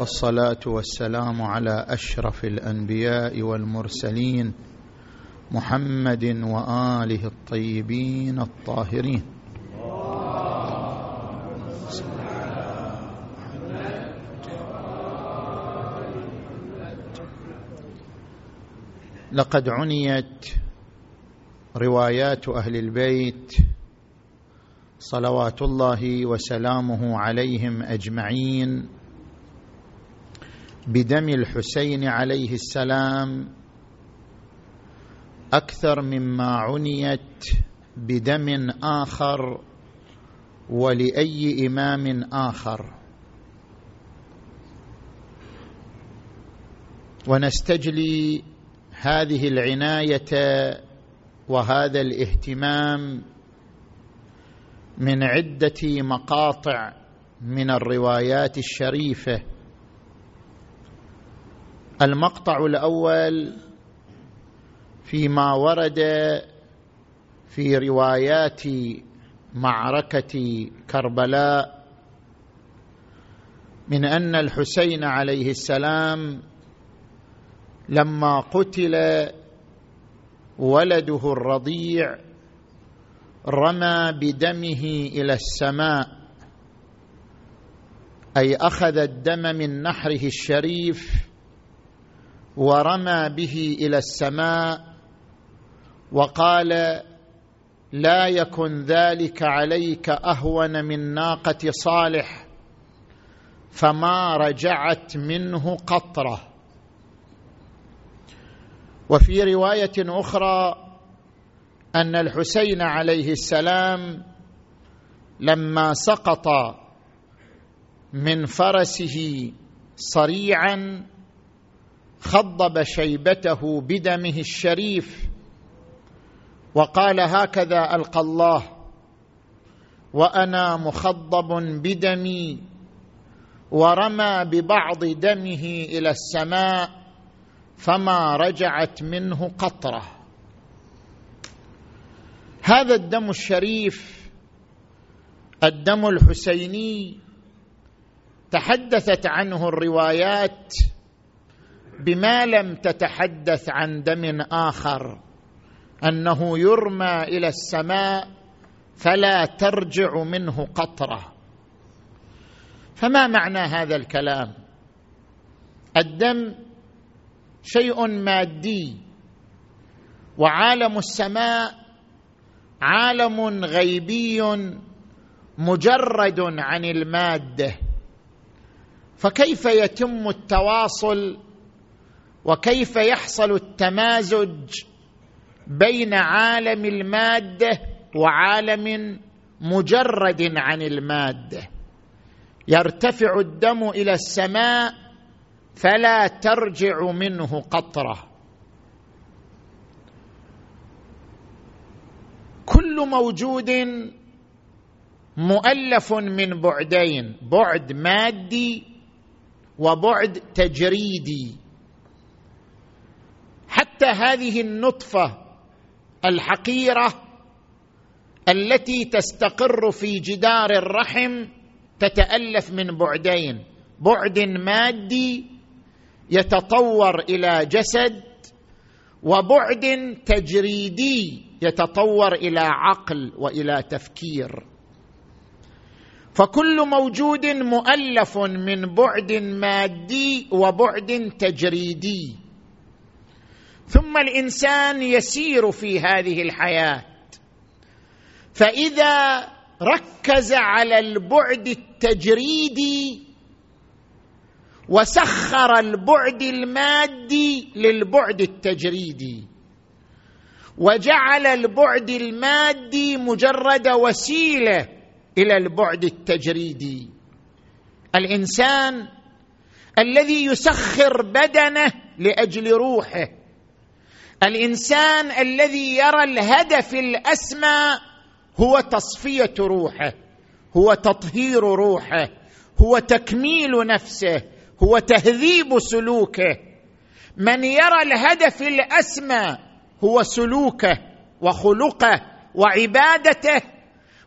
والصلاة والسلام على أشرف الأنبياء والمرسلين محمد وآله الطيبين الطاهرين. لقد عنيت روايات أهل البيت صلوات الله وسلامه عليهم أجمعين بدم الحسين عليه السلام أكثر مما عنيت بدم آخر ولأي إمام آخر، ونستجلي هذه العناية وهذا الاهتمام من عدة مقاطع من الروايات الشريفة. المقطع الأول فيما ورد في روايات معركة كربلاء من أن الحسين عليه السلام لما قتل ولده الرضيع رمى بدمه إلى السماء، أي أخذ الدم من نحره الشريف ورمى به إلى السماء وقال: لا يكن ذلك عليك أهون من ناقة صالح، فما رجعت منه قطرة. وفي رواية أخرى أن الحسين عليه السلام لما سقط من فرسه صريعا خضب شيبته بدمه الشريف وقال: هكذا ألقى الله وأنا مخضب بدمي، ورمى ببعض دمه إلى السماء فما رجعت منه قطرة. هذا الدم الشريف الدم الحسيني تحدثت عنه الروايات بما لم تتحدث عن دم آخر، أنه يرمى إلى السماء فلا ترجع منه قطرة. فما معنى هذا الكلام؟ الدم شيء مادي، وعالم السماء عالم غيبي مجرد عن المادة، فكيف يتم التواصل وكيف يحصل التمازج بين عالم المادة وعالم مجرد عن المادة؟ يرتفع الدم إلى السماء فلا ترجع منه قطرة. كل موجود مؤلف من بعدين، بعد مادي وبعد تجريدي. حتى هذه النطفة الحقيرة التي تستقر في جدار الرحم تتألف من بعدين، بعد مادي يتطور إلى جسد، وبعد تجريدي يتطور إلى عقل وإلى تفكير. فكل موجود مؤلف من بعد مادي وبعد تجريدي. ثم الإنسان يسير في هذه الحياة، فإذا ركز على البعد التجريدي وسخر البعد المادي للبعد التجريدي، وجعل البعد المادي مجرد وسيلة إلى البعد التجريدي، الإنسان الذي يسخر بدنه لأجل روحه، الإنسان الذي يرى الهدف الأسمى هو تصفية روحه، هو تطهير روحه، هو تكميل نفسه، هو تهذيب سلوكه. من يرى الهدف الأسمى هو سلوكه وخلقه وعبادته،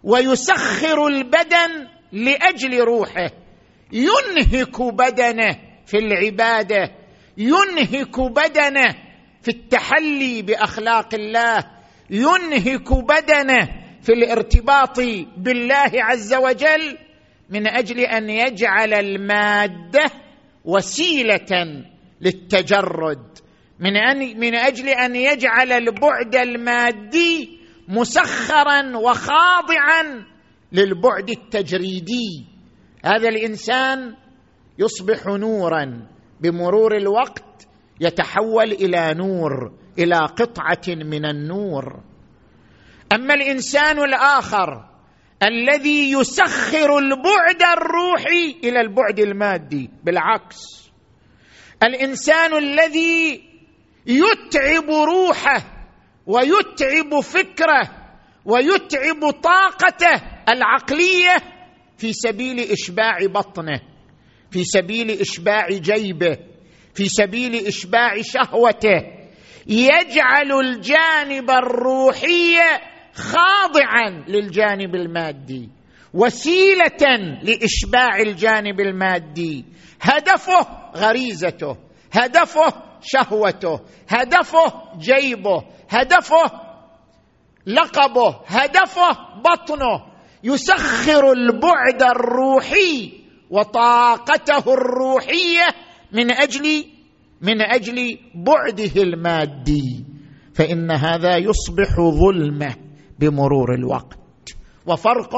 ويسخر البدن لأجل روحه، ينهك بدنه في العبادة، ينهك بدنه في التحلي بأخلاق الله، ينهك بدنه في الارتباط بالله عز وجل، من أجل أن يجعل المادة وسيلة للتجرد، من أجل أن يجعل البعد المادي مسخرا وخاضعا للبعد التجريدي. هذا الإنسان يصبح نورا، بمرور الوقت يتحول إلى نور، إلى قطعة من النور. أما الإنسان الآخر الذي يسخر البعد الروحي إلى البعد المادي، بالعكس، الإنسان الذي يتعب روحه ويتعب فكره ويتعب طاقته العقلية في سبيل إشباع بطنه، في سبيل إشباع جيبه، في سبيل إشباع شهوته، يجعل الجانب الروحي خاضعا للجانب المادي، وسيلة لإشباع الجانب المادي. هدفه غريزته، هدفه شهوته، هدفه جيبه، هدفه لقبه، هدفه بطنه. يسخر البعد الروحي وطاقته الروحية من أجل بعده المادي، فإن هذا يصبح ظلمة بمرور الوقت. وفرق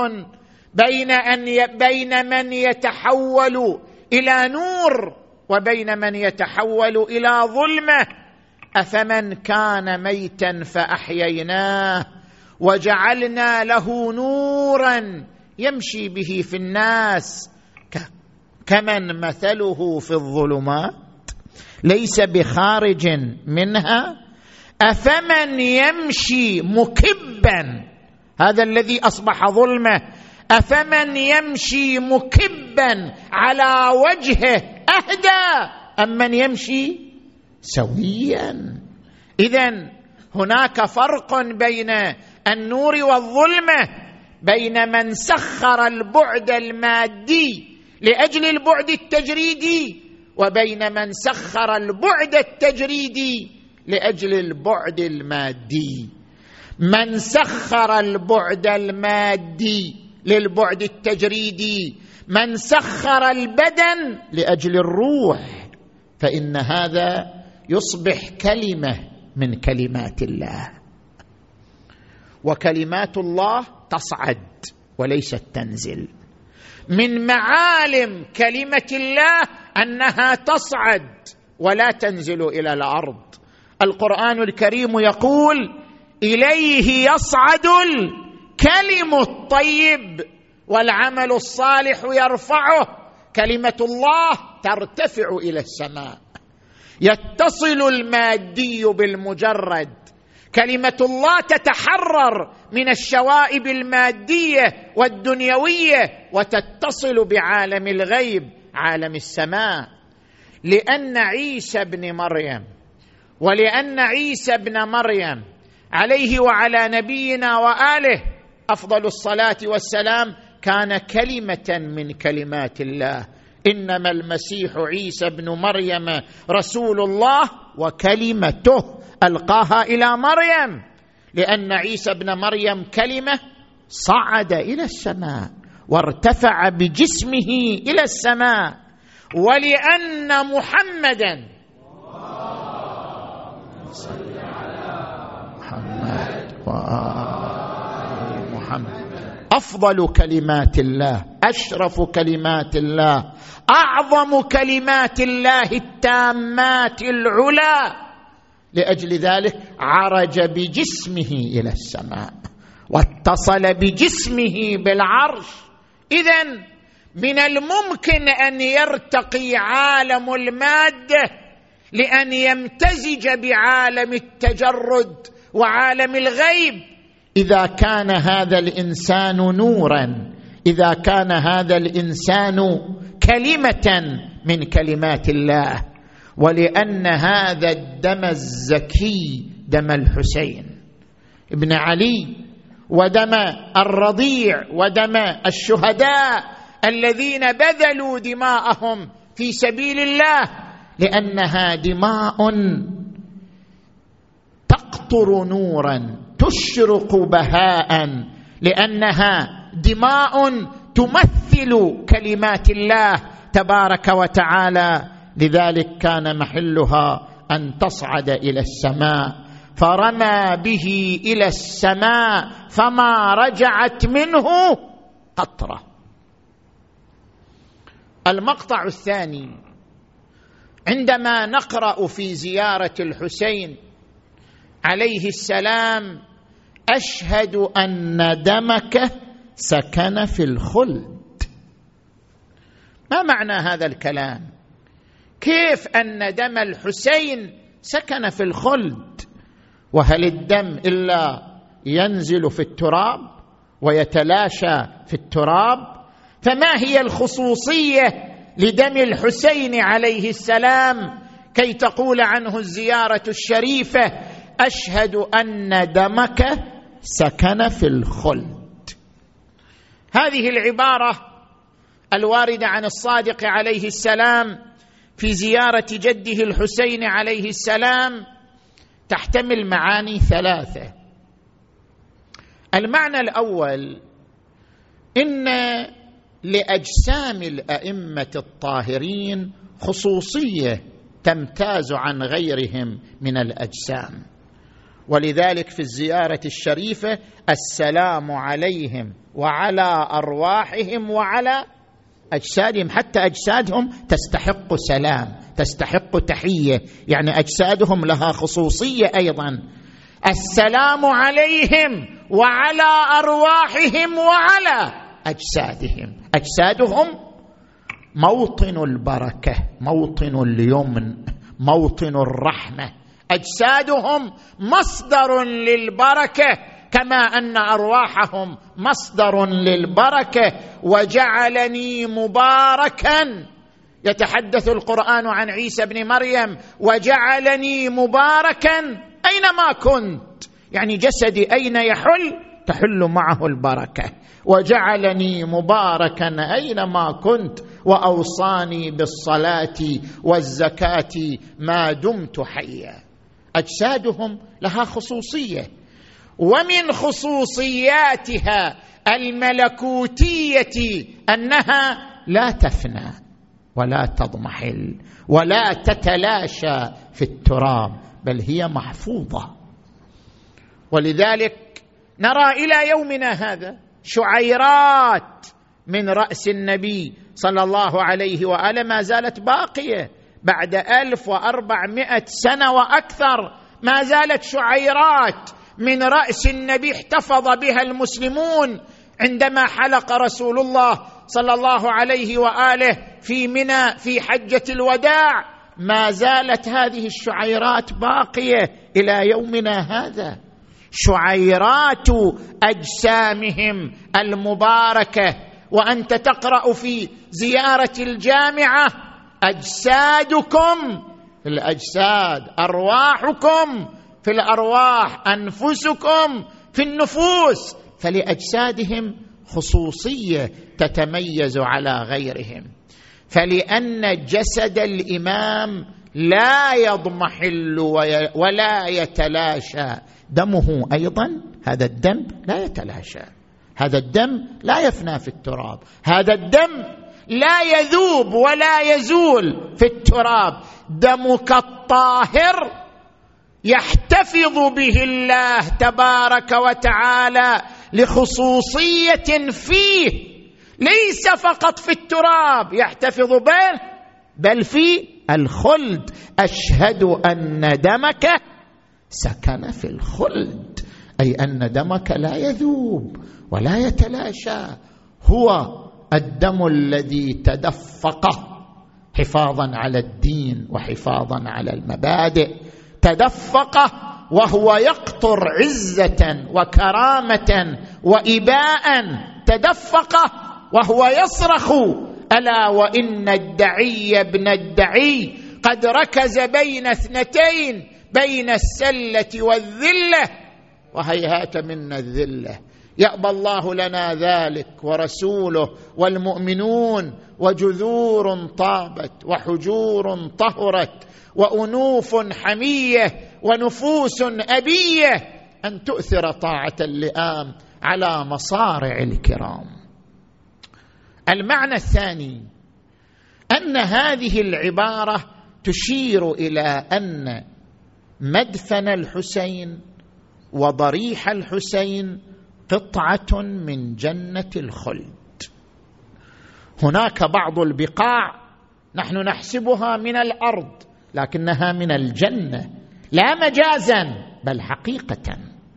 بين من يتحول إلى نور وبين من يتحول إلى ظلمة. أفمن كان ميتا فأحييناه وجعلنا له نورا يمشي به في الناس كمن مثله في الظلمات ليس بخارج منها. أفمن يمشي مكبا، هذا الذي أصبح ظلمة، أفمن يمشي مكبا على وجهه أهدى أم من يمشي سويا؟ إذن هناك فرق بين النور والظلمة، بين من سخر البعد المادي لأجل البعد التجريدي، وبين من سخر البعد التجريدي لأجل البعد المادي. من سخر البعد المادي للبعد التجريدي، من سخر البدن لأجل الروح، فإن هذا يصبح كلمة من كلمات الله. وكلمات الله تصعد وليست تنزل. من معالم كلمة الله أنها تصعد ولا تنزل إلى الأرض. القرآن الكريم يقول: إليه يصعد الكلم الطيب والعمل الصالح يرفعه. كلمة الله ترتفع إلى السماء، يتصل المادي بالمجرد. كلمة الله تتحرر من الشوائب المادية والدنيوية وتتصل بعالم الغيب، عالم السماء. لأن عيسى بن مريم عليه وعلى نبينا وآله أفضل الصلاة والسلام كان كلمة من كلمات الله. إنما المسيح عيسى بن مريم رسول الله وكلمته ألقاها إلى مريم، لأن عيسى بن مريم كلمة صعد إلى السماء وارتفع بجسمه إلى السماء. ولأن محمدا صل على محمد وآل محمد أفضل كلمات الله، أشرف كلمات الله، أعظم كلمات الله التامات العلا. لأجل ذلك عرج بجسمه إلى السماء واتصل بجسمه بالعرش. إذن من الممكن أن يرتقي عالم المادة لأن يمتزج بعالم التجرد وعالم الغيب، إذا كان هذا الإنسان نورا، إذا كان هذا الإنسان كلمة من كلمات الله. ولأن هذا الدم الزكي دم الحسين ابن علي، ودم الرضيع، ودم الشهداء الذين بذلوا دماءهم في سبيل الله، لأنها دماء تقطر نورا تشرق بهاء، لأنها دماء تمثل كلمات الله تبارك وتعالى. لذلك كان محلها أن تصعد إلى السماء، فرمى به إلى السماء فما رجعت منه قطرة. المقطع الثاني، عندما نقرأ في زيارة الحسين عليه السلام: أشهد أن دمك سكن في الخلد. ما معنى هذا الكلام؟ كيف أن دم الحسين سكن في الخلد؟ وهل الدم إلا ينزل في التراب ويتلاشى في التراب؟ فما هي الخصوصية لدم الحسين عليه السلام كي تقول عنه الزيارة الشريفة: أشهد أن دمك سكن في الخلد؟ هذه العبارة الواردة عن الصادق عليه السلام في زيارة جده الحسين عليه السلام تحتمل معاني ثلاثة. المعنى الأول: إن لأجسام الأئمة الطاهرين خصوصية تمتاز عن غيرهم من الأجسام، ولذلك في الزيارة الشريفة: السلام عليهم وعلى أرواحهم وعلى أجسادهم. حتى أجسادهم تستحق سلام، تستحق تحية، يعني أجسادهم لها خصوصية أيضا. السلام عليهم وعلى أرواحهم وعلى أجسادهم. أجسادهم موطن البركة، موطن اليمن، موطن الرحمة. أجسادهم مصدر للبركة، كما أن أرواحهم مصدر للبركة. وجعلني مباركا، يتحدث القرآن عن عيسى بن مريم: وجعلني مباركا أينما كنت، يعني جسدي أين يحل تحل معه البركة. وجعلني مباركا أينما كنت وأوصاني بالصلاة والزكاة ما دمت حيا. أجسادهم لها خصوصية، ومن خصوصياتها الملكوتية أنها لا تفنى ولا تضمحل ولا تتلاشى في التراب، بل هي محفوظة. ولذلك نرى إلى يومنا هذا شعيرات من رأس النبي صلى الله عليه وآله ما زالت باقية بعد 1400 سنة وأكثر. ما زالت شعيرات من رأس النبي احتفظ بها المسلمون عندما حلق رسول الله صلى الله عليه وآله في منى في حجة الوداع. ما زالت هذه الشعيرات باقية إلى يومنا هذا، شعيرات أجسامهم المباركة. وأنت تقرأ في زيارة الجامعة: أجسادكم في الأجساد، أرواحكم في الأرواح، أنفسكم في النفوس. فلأجسادهم خصوصية تتميز على غيرهم. فلأن جسد الإمام لا يضمحل ولا يتلاشى، دمه أيضا هذا الدم لا يتلاشى، هذا الدم لا يفنى في التراب، هذا الدم لا يذوب ولا يزول في التراب. دمك الطاهر يحتفظ به الله تبارك وتعالى لخصوصية فيه، ليس فقط في التراب يحتفظ به، بل في الخلد. أشهد أن دمك سكن في الخلد، أي أن دمك لا يذوب ولا يتلاشى، هو الدم الذي تدفقه حفاظا على الدين وحفاظا على المبادئ، تدفقه وهو يقطر عزة وكرامة وإباء، تدفقه وهو يصرخ: ألا وإن الدعي ابن الدعي قد ركز بين اثنتين، بين السلة والذلة، وهيهات منا الذلة. يأبى الله لنا ذلك ورسوله والمؤمنون وجذور طابت وحجور طهرت وأنوف حمية ونفوس أبية أن تؤثر طاعة اللئام على مصارع الكرام. المعنى الثاني أن هذه العبارة تشير إلى أن مدفن الحسين وضريح الحسين قطعة من جنة الخلد. هناك بعض البقاع نحن نحسبها من الأرض لكنها من الجنة لا مجازا بل حقيقة.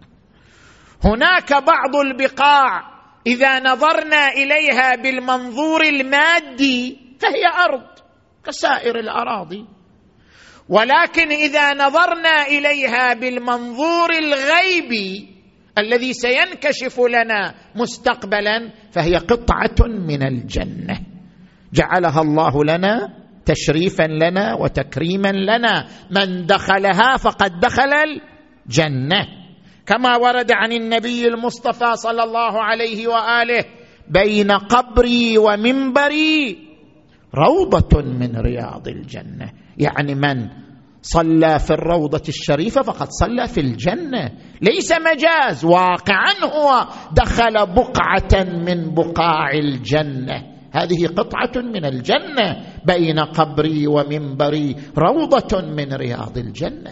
هناك بعض البقاع إذا نظرنا إليها بالمنظور المادي فهي أرض كسائر الأراضي، ولكن إذا نظرنا إليها بالمنظور الغيبي الذي سينكشف لنا مستقبلا فهي قطعة من الجنة جعلها الله لنا تشريفا لنا وتكريما لنا، من دخلها فقد دخل الجنة، كما ورد عن النبي المصطفى صلى الله عليه وآله: بين قبري ومنبري روضة من رياض الجنة. يعني من صلى في الروضة الشريفة فقد صلى في الجنة، ليس مجاز، واقعا هو دخل بقعة من بقاع الجنة. هذه قطعة من الجنة، بين قبري ومنبري روضة من رياض الجنة.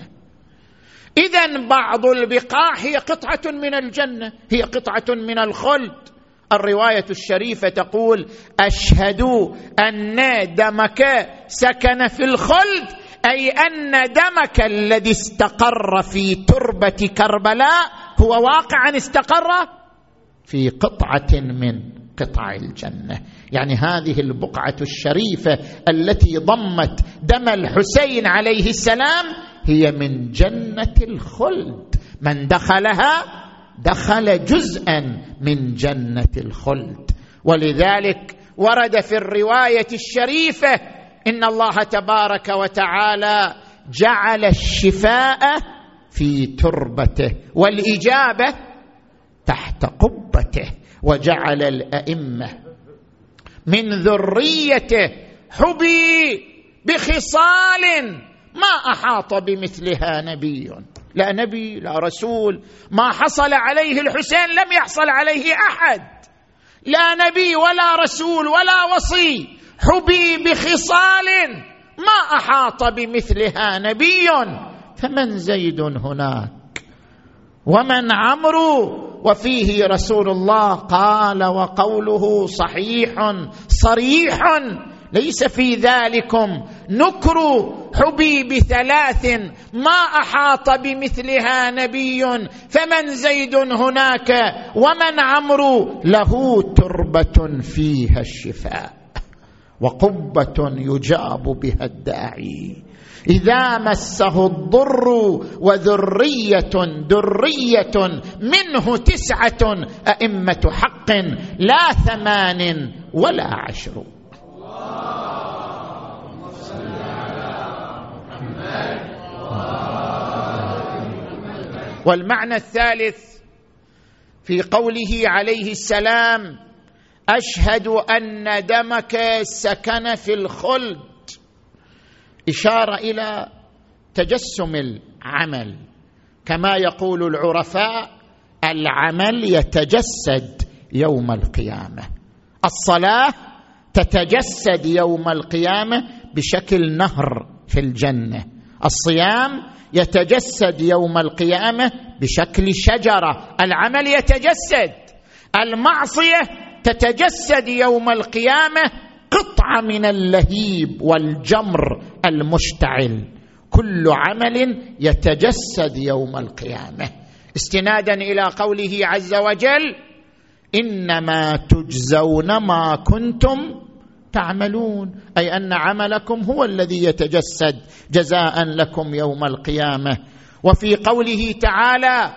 إذن بعض البقاع هي قطعة من الجنة، هي قطعة من الخلد. الرواية الشريفة تقول: أشهد أن دمك سكن في الخلد، أي أن دمك الذي استقر في تربة كربلاء هو واقعا استقر في قطعة من قطع الجنة. يعني هذه البقعة الشريفة التي ضمت دم الحسين عليه السلام هي من جنة الخلد، من دخلها دخل جزءا من جنة الخلد. ولذلك ورد في الرواية الشريفة: إن الله تبارك وتعالى جعل الشفاء في تربته والإجابة تحت قبته، وجعل الأئمة من ذريته حبي بخصال ما أحاط بمثلها نبي. لا نبي لا رسول ما حصل عليه الحسين لم يحصل عليه أحد، لا نبي ولا رسول ولا وصي. حبي بخصال ما أحاط بمثلها نبي، فمن زيد هناك ومن عمرو. وفيه رسول الله قال وقوله صحيح صريح: ليس في ذلكم نكر. حبي بثلاث ما أحاط بمثلها نبي، فمن زيد هناك ومن عمرو. له تربة فيها الشفاء وقبة يجاب بها الداعي، إذا مسه الضر وذرية درية منه 9 أئمة حق لا 8 ولا 10. اللهم صل على محمد. والمعنى الثالث في قوله عليه السلام: أشهد أن دمك سكن في الخلد، إشارة إلى تجسم العمل، كما يقول العرفاء: العمل يتجسد يوم القيامة. الصلاة تتجسد يوم القيامة بشكل نهر في الجنة، الصيام يتجسد يوم القيامة بشكل شجرة، العمل يتجسد. المعصية تتجسد يوم القيامة قطعة من اللهيب والجمر المشتعل. كل عمل يتجسد يوم القيامة، استنادا إلى قوله عز وجل: إنما تجزون ما كنتم تعملون، أي أن عملكم هو الذي يتجسد جزاء لكم يوم القيامة. وفي قوله تعالى: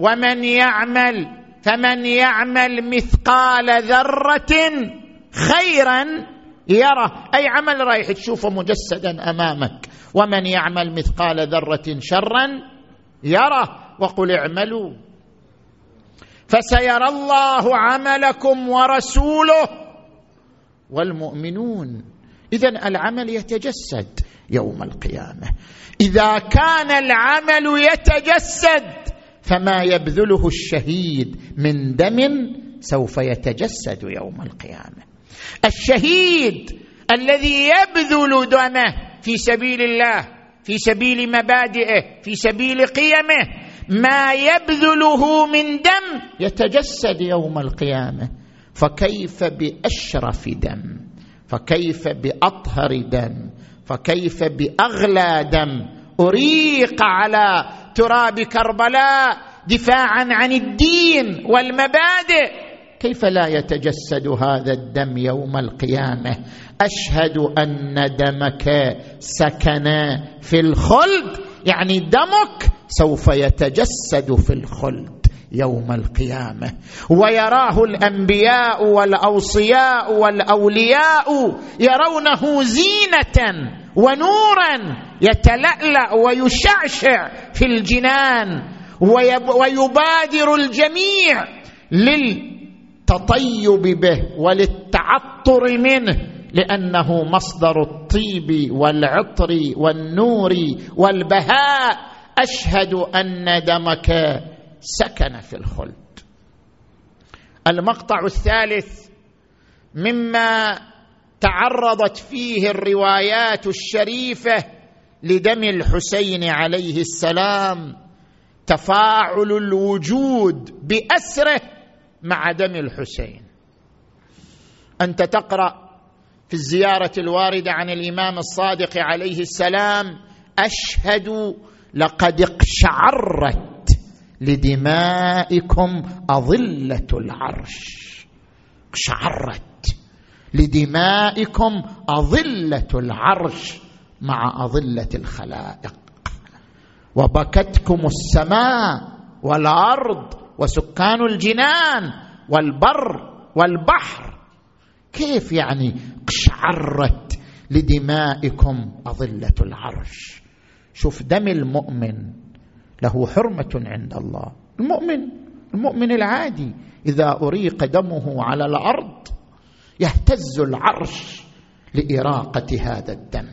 فمن يعمل مثقال ذرة خيرا يره، أي عمل رايح تشوفه مجسدا أمامك. ومن يعمل مثقال ذرة شرا يره، وقل اعملوا فسيرى الله عملكم ورسوله والمؤمنون. إذن العمل يتجسد يوم القيامة. إذا كان العمل يتجسد فما يبذله الشهيد من دم سوف يتجسد يوم القيامة. الشهيد الذي يبذل دمه في سبيل الله، في سبيل مبادئه، في سبيل قيمه، ما يبذله من دم يتجسد يوم القيامة. فكيف بأشرف دم، فكيف بأطهر دم، فكيف بأغلى دم أريق على تراب كربلاء دفاعا عن الدين والمبادئ، كيف لا يتجسد هذا الدم يوم القيامة؟ أشهد أن دمك سكن في الخلد، يعني دمك سوف يتجسد في الخلد يوم القيامة، ويراه الأنبياء والأوصياء والأولياء يرونه زينة ونورا يتلألأ ويشعشع في الجنان، ويبادر الجميع للتطيب به وللتعطر منه، لأنه مصدر الطيب والعطر والنور والبهاء. أشهد أن دمك سكن في الخلد. المقطع الثالث مما تعرضت فيه الروايات الشريفة لدم الحسين عليه السلام تفاعل الوجود بأسره مع دم الحسين. أنت تقرأ في الزيارة الواردة عن الإمام الصادق عليه السلام: أشهد لقد اقشعرت لدمائكم أظلة العرش. اقشعرت لدمائكم أظلة العرش مع أظلة الخلائق، وبكتكم السماء والأرض وسكان الجنان والبر والبحر. كيف يعني اقشعرت لدمائكم أظلة العرش؟ شوف، دم المؤمن له حرمة عند الله. المؤمن العادي إذا أريق دمه على الأرض يهتز العرش لإراقة هذا الدم.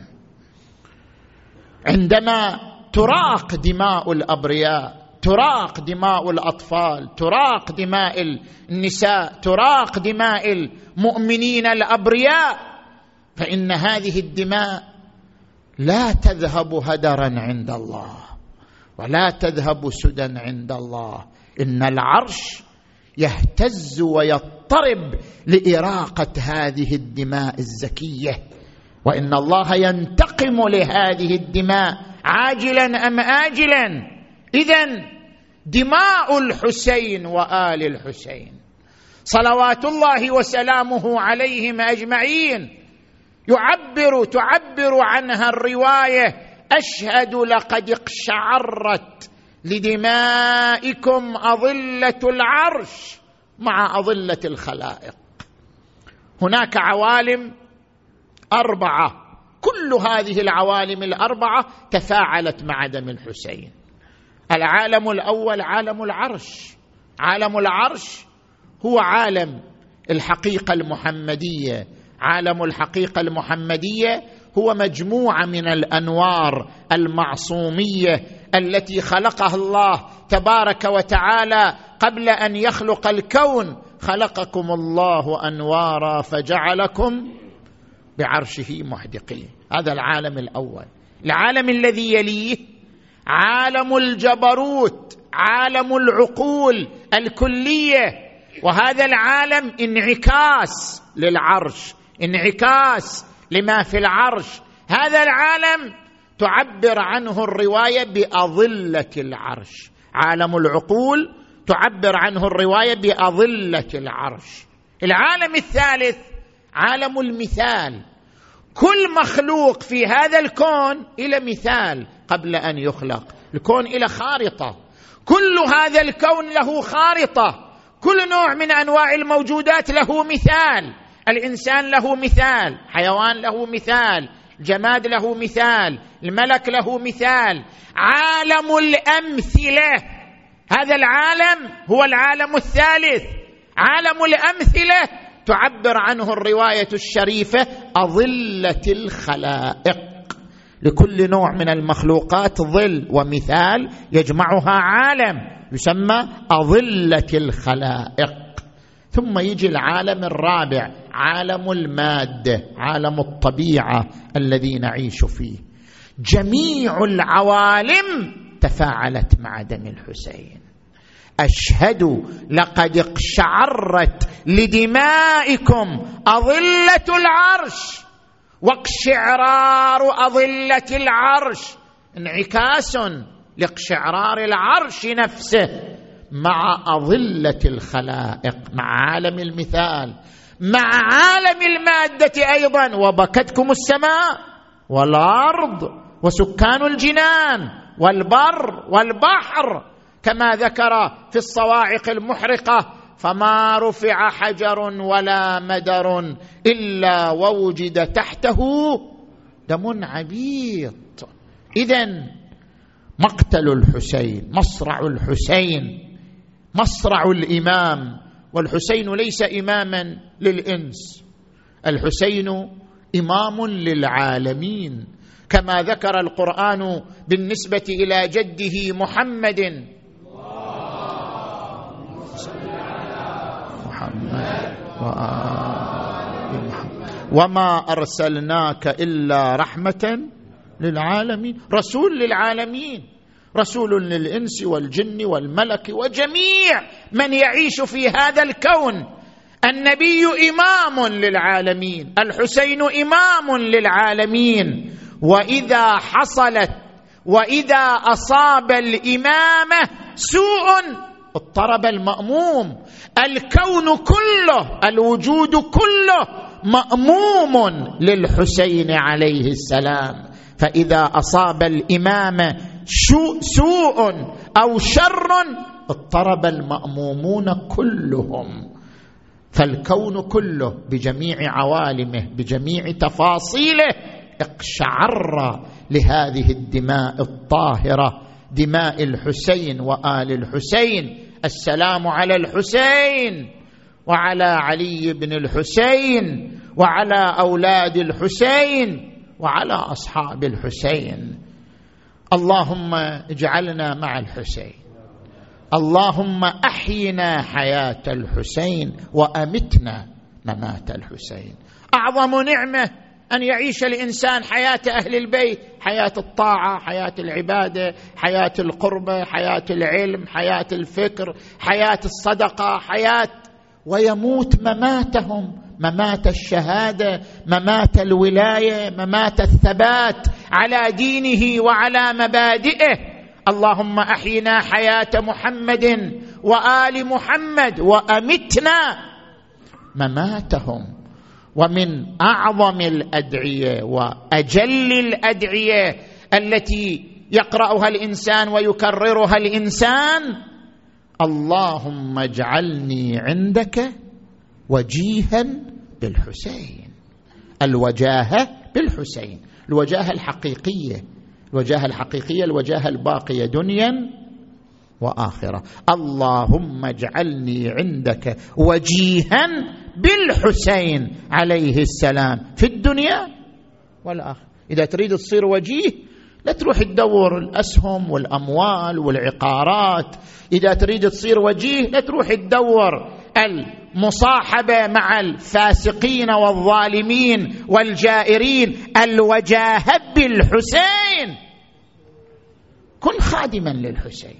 عندما تراق دماء الأبرياء، تراق دماء الأطفال، تراق دماء النساء، تراق دماء المؤمنين الأبرياء، فإن هذه الدماء لا تذهب هدرا عند الله ولا تذهب سدى عند الله. إن العرش يهتز ويضطرب لإراقة هذه الدماء الزكية، وإن الله ينتقم لهذه الدماء عاجلا أم آجلا. إذن دماء الحسين وآل الحسين صلوات الله وسلامه عليهم أجمعين تعبر عنها الرواية: أشهد لقد اقشعرت لدمائكم أظلة العرش مع أظلة الخلائق. هناك عوالم 4، كل هذه العوالم 4 تفاعلت مع دم الحسين. العالم الأول عالم العرش. عالم العرش هو عالم الحقيقة المحمدية. عالم الحقيقة المحمدية هو مجموعة من الأنوار المعصومية التي خلقها الله تبارك وتعالى قبل أن يخلق الكون. خلقكم الله أنوارا فجعلكم بعرشه محدقين. هذا العالم الأول. العالم الذي يليه عالم الجبروت، عالم العقول الكلية، وهذا العالم انعكاس للعرش، انعكاس لما في العرش. هذا العالم تعبر عنه الرواية بأظلة العرش. عالم العقول تعبر عنه الرواية بأظلة العرش. العالم الثالث عالم المثال. كل مخلوق في هذا الكون إلى مثال قبل أن يخلق. الكون إلى خارطة، كل هذا الكون له خارطة، كل نوع من أنواع الموجودات له مثال. الإنسان له مثال، حيوان له مثال، جماد له مثال، الملك له مثال. عالم الأمثلة، هذا العالم هو العالم الثالث. عالم الأمثلة تعبر عنه الرواية الشريفة أظلة الخلائق. لكل نوع من المخلوقات ظل ومثال يجمعها عالم يسمى أظلة الخلائق. ثم يجي العالم الرابع، عالم المادة، عالم الطبيعة الذي نعيش فيه. جميع العوالم تفاعلت مع دم الحسين. أشهد لقد اقشعرت لدمائكم أظلة العرش، واقشعرار أظلة العرش انعكاس لاقشعرار العرش نفسه مع أظلة الخلائق، مع عالم المثال، مع عالم المادة أيضا. وبكتكم السماء والأرض وسكان الجنان والبر والبحر، كما ذكر في الصواعق المحرقة: فما رفع حجر ولا مدر إلا ووجد تحته دم عبيط. إذن مقتل الحسين، مصرع الحسين، مصرع الإمام. والحسين ليس إماما للإنس، الحسين إمام للعالمين، كما ذكر القرآن بالنسبة إلى جده محمد: محمد وآل محمد وما أرسلناك إلا رحمة للعالمين. رسول للعالمين، رسول للإنس والجن والملك وجميع من يعيش في هذا الكون. النبي إمام للعالمين، الحسين إمام للعالمين. وإذا أصاب الإمامة سوء اضطرب المأموم. الكون كله، الوجود كله مأموم للحسين عليه السلام. فإذا أصاب الإمامة سوء أو شر اضطرب المأمومون كلهم. فالكون كله بجميع عوالمه بجميع تفاصيله اقشعر لهذه الدماء الطاهرة، دماء الحسين وآل الحسين. السلام على الحسين وعلى علي بن الحسين وعلى أولاد الحسين وعلى أصحاب الحسين. اللهم اجعلنا مع الحسين، اللهم أحينا حياة الحسين وأمتنا ممات الحسين. أعظم نعمة أن يعيش الإنسان حياة أهل البيت، حياة الطاعة، حياة العبادة، حياة القربة، حياة العلم، حياة الفكر، حياة الصدقة، ويموت مماتهم، ممات الشهادة، ممات الولاية، ممات الثبات على دينه وعلى مبادئه. اللهم أحينا حياة محمد وآل محمد وأمتنا مماتهم. ومن أعظم الأدعية وأجل الأدعية التي يقرأها الإنسان ويكررها الإنسان: اللهم اجعلني عندك وجيها بالحسين. الوجاهة بالحسين، الوجاهة الحقيقية، الوجاهة الحقيقية، الوجاهة الباقية دنيا وآخرة. اللهم اجعلني عندك وجيها بالحسين عليه السلام في الدنيا والآخرة. إذا تريد تصير وجيه لا تروح تدور الأسهم والأموال والعقارات. إذا تريد تصير وجيه لا تروح تدور المصاحبة مع الفاسقين والظالمين والجائرين. الوجاهة بالحسين. كن خادما للحسين.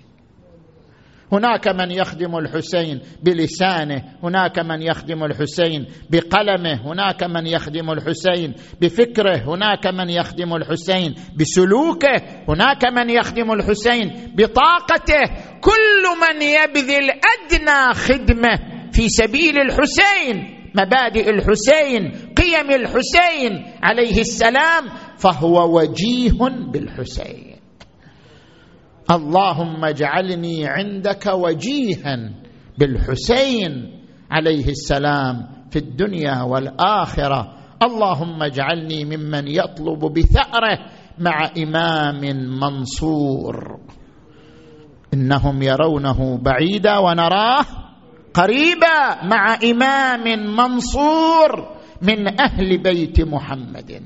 هناك من يخدم الحسين بلسانه، هناك من يخدم الحسين بقلمه، هناك من يخدم الحسين بفكره، هناك من يخدم الحسين بسلوكه، هناك من يخدم الحسين بطاقته. كل من يبذل أدنى خدمة في سبيل الحسين، مبادئ الحسين، قيم الحسين عليه السلام، فهو وجيه بالحسين. اللهم اجعلني عندك وجيها بالحسين عليه السلام في الدنيا والآخرة. اللهم اجعلني ممن يطلب بثأره مع إمام منصور. إنهم يرونه بعيدا ونراه قريبة مع إمام منصور من أهل بيت محمد.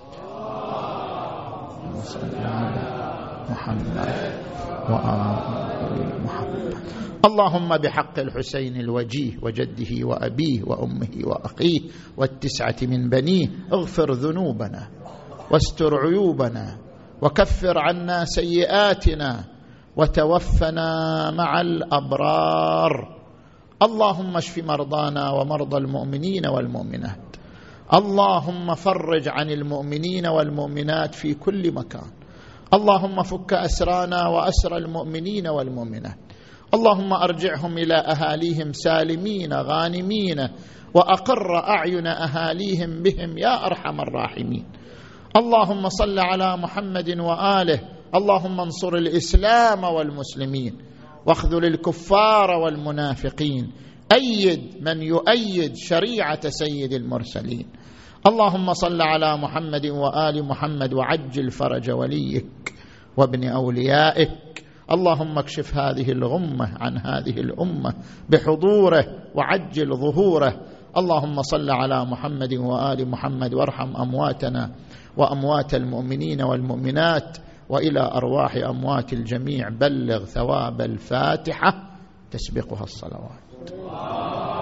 محمد وآل محمد. اللهم بحق الحسين الوجيه وجده وأبيه وأمه وأخيه والتسعة من بنيه اغفر ذنوبنا واستر عيوبنا وكفر عنا سيئاتنا وتوفنا مع الأبرار. اللهم اشف مرضانا ومرضى المؤمنين والمؤمنات. اللهم فرج عن المؤمنين والمؤمنات في كل مكان. اللهم فك أسرانا وأسر المؤمنين والمؤمنات. اللهم أرجعهم إلى أهاليهم سالمين غانمين وأقر أعين أهاليهم بهم يا أرحم الراحمين. اللهم صل على محمد وآله. اللهم انصر الإسلام والمسلمين واخذل الكفار والمنافقين. أيد من يؤيد شريعة سيد المرسلين. اللهم صل على محمد وآل محمد وعجل فرج وليك وابن أوليائك. اللهم اكشف هذه الغمة عن هذه الأمة بحضوره وعجل ظهوره. اللهم صل على محمد وآل محمد وارحم أمواتنا وأموات المؤمنين والمؤمنات وإلى أرواح أموات الجميع بلغ ثواب الفاتحة تسبقها الصلوات.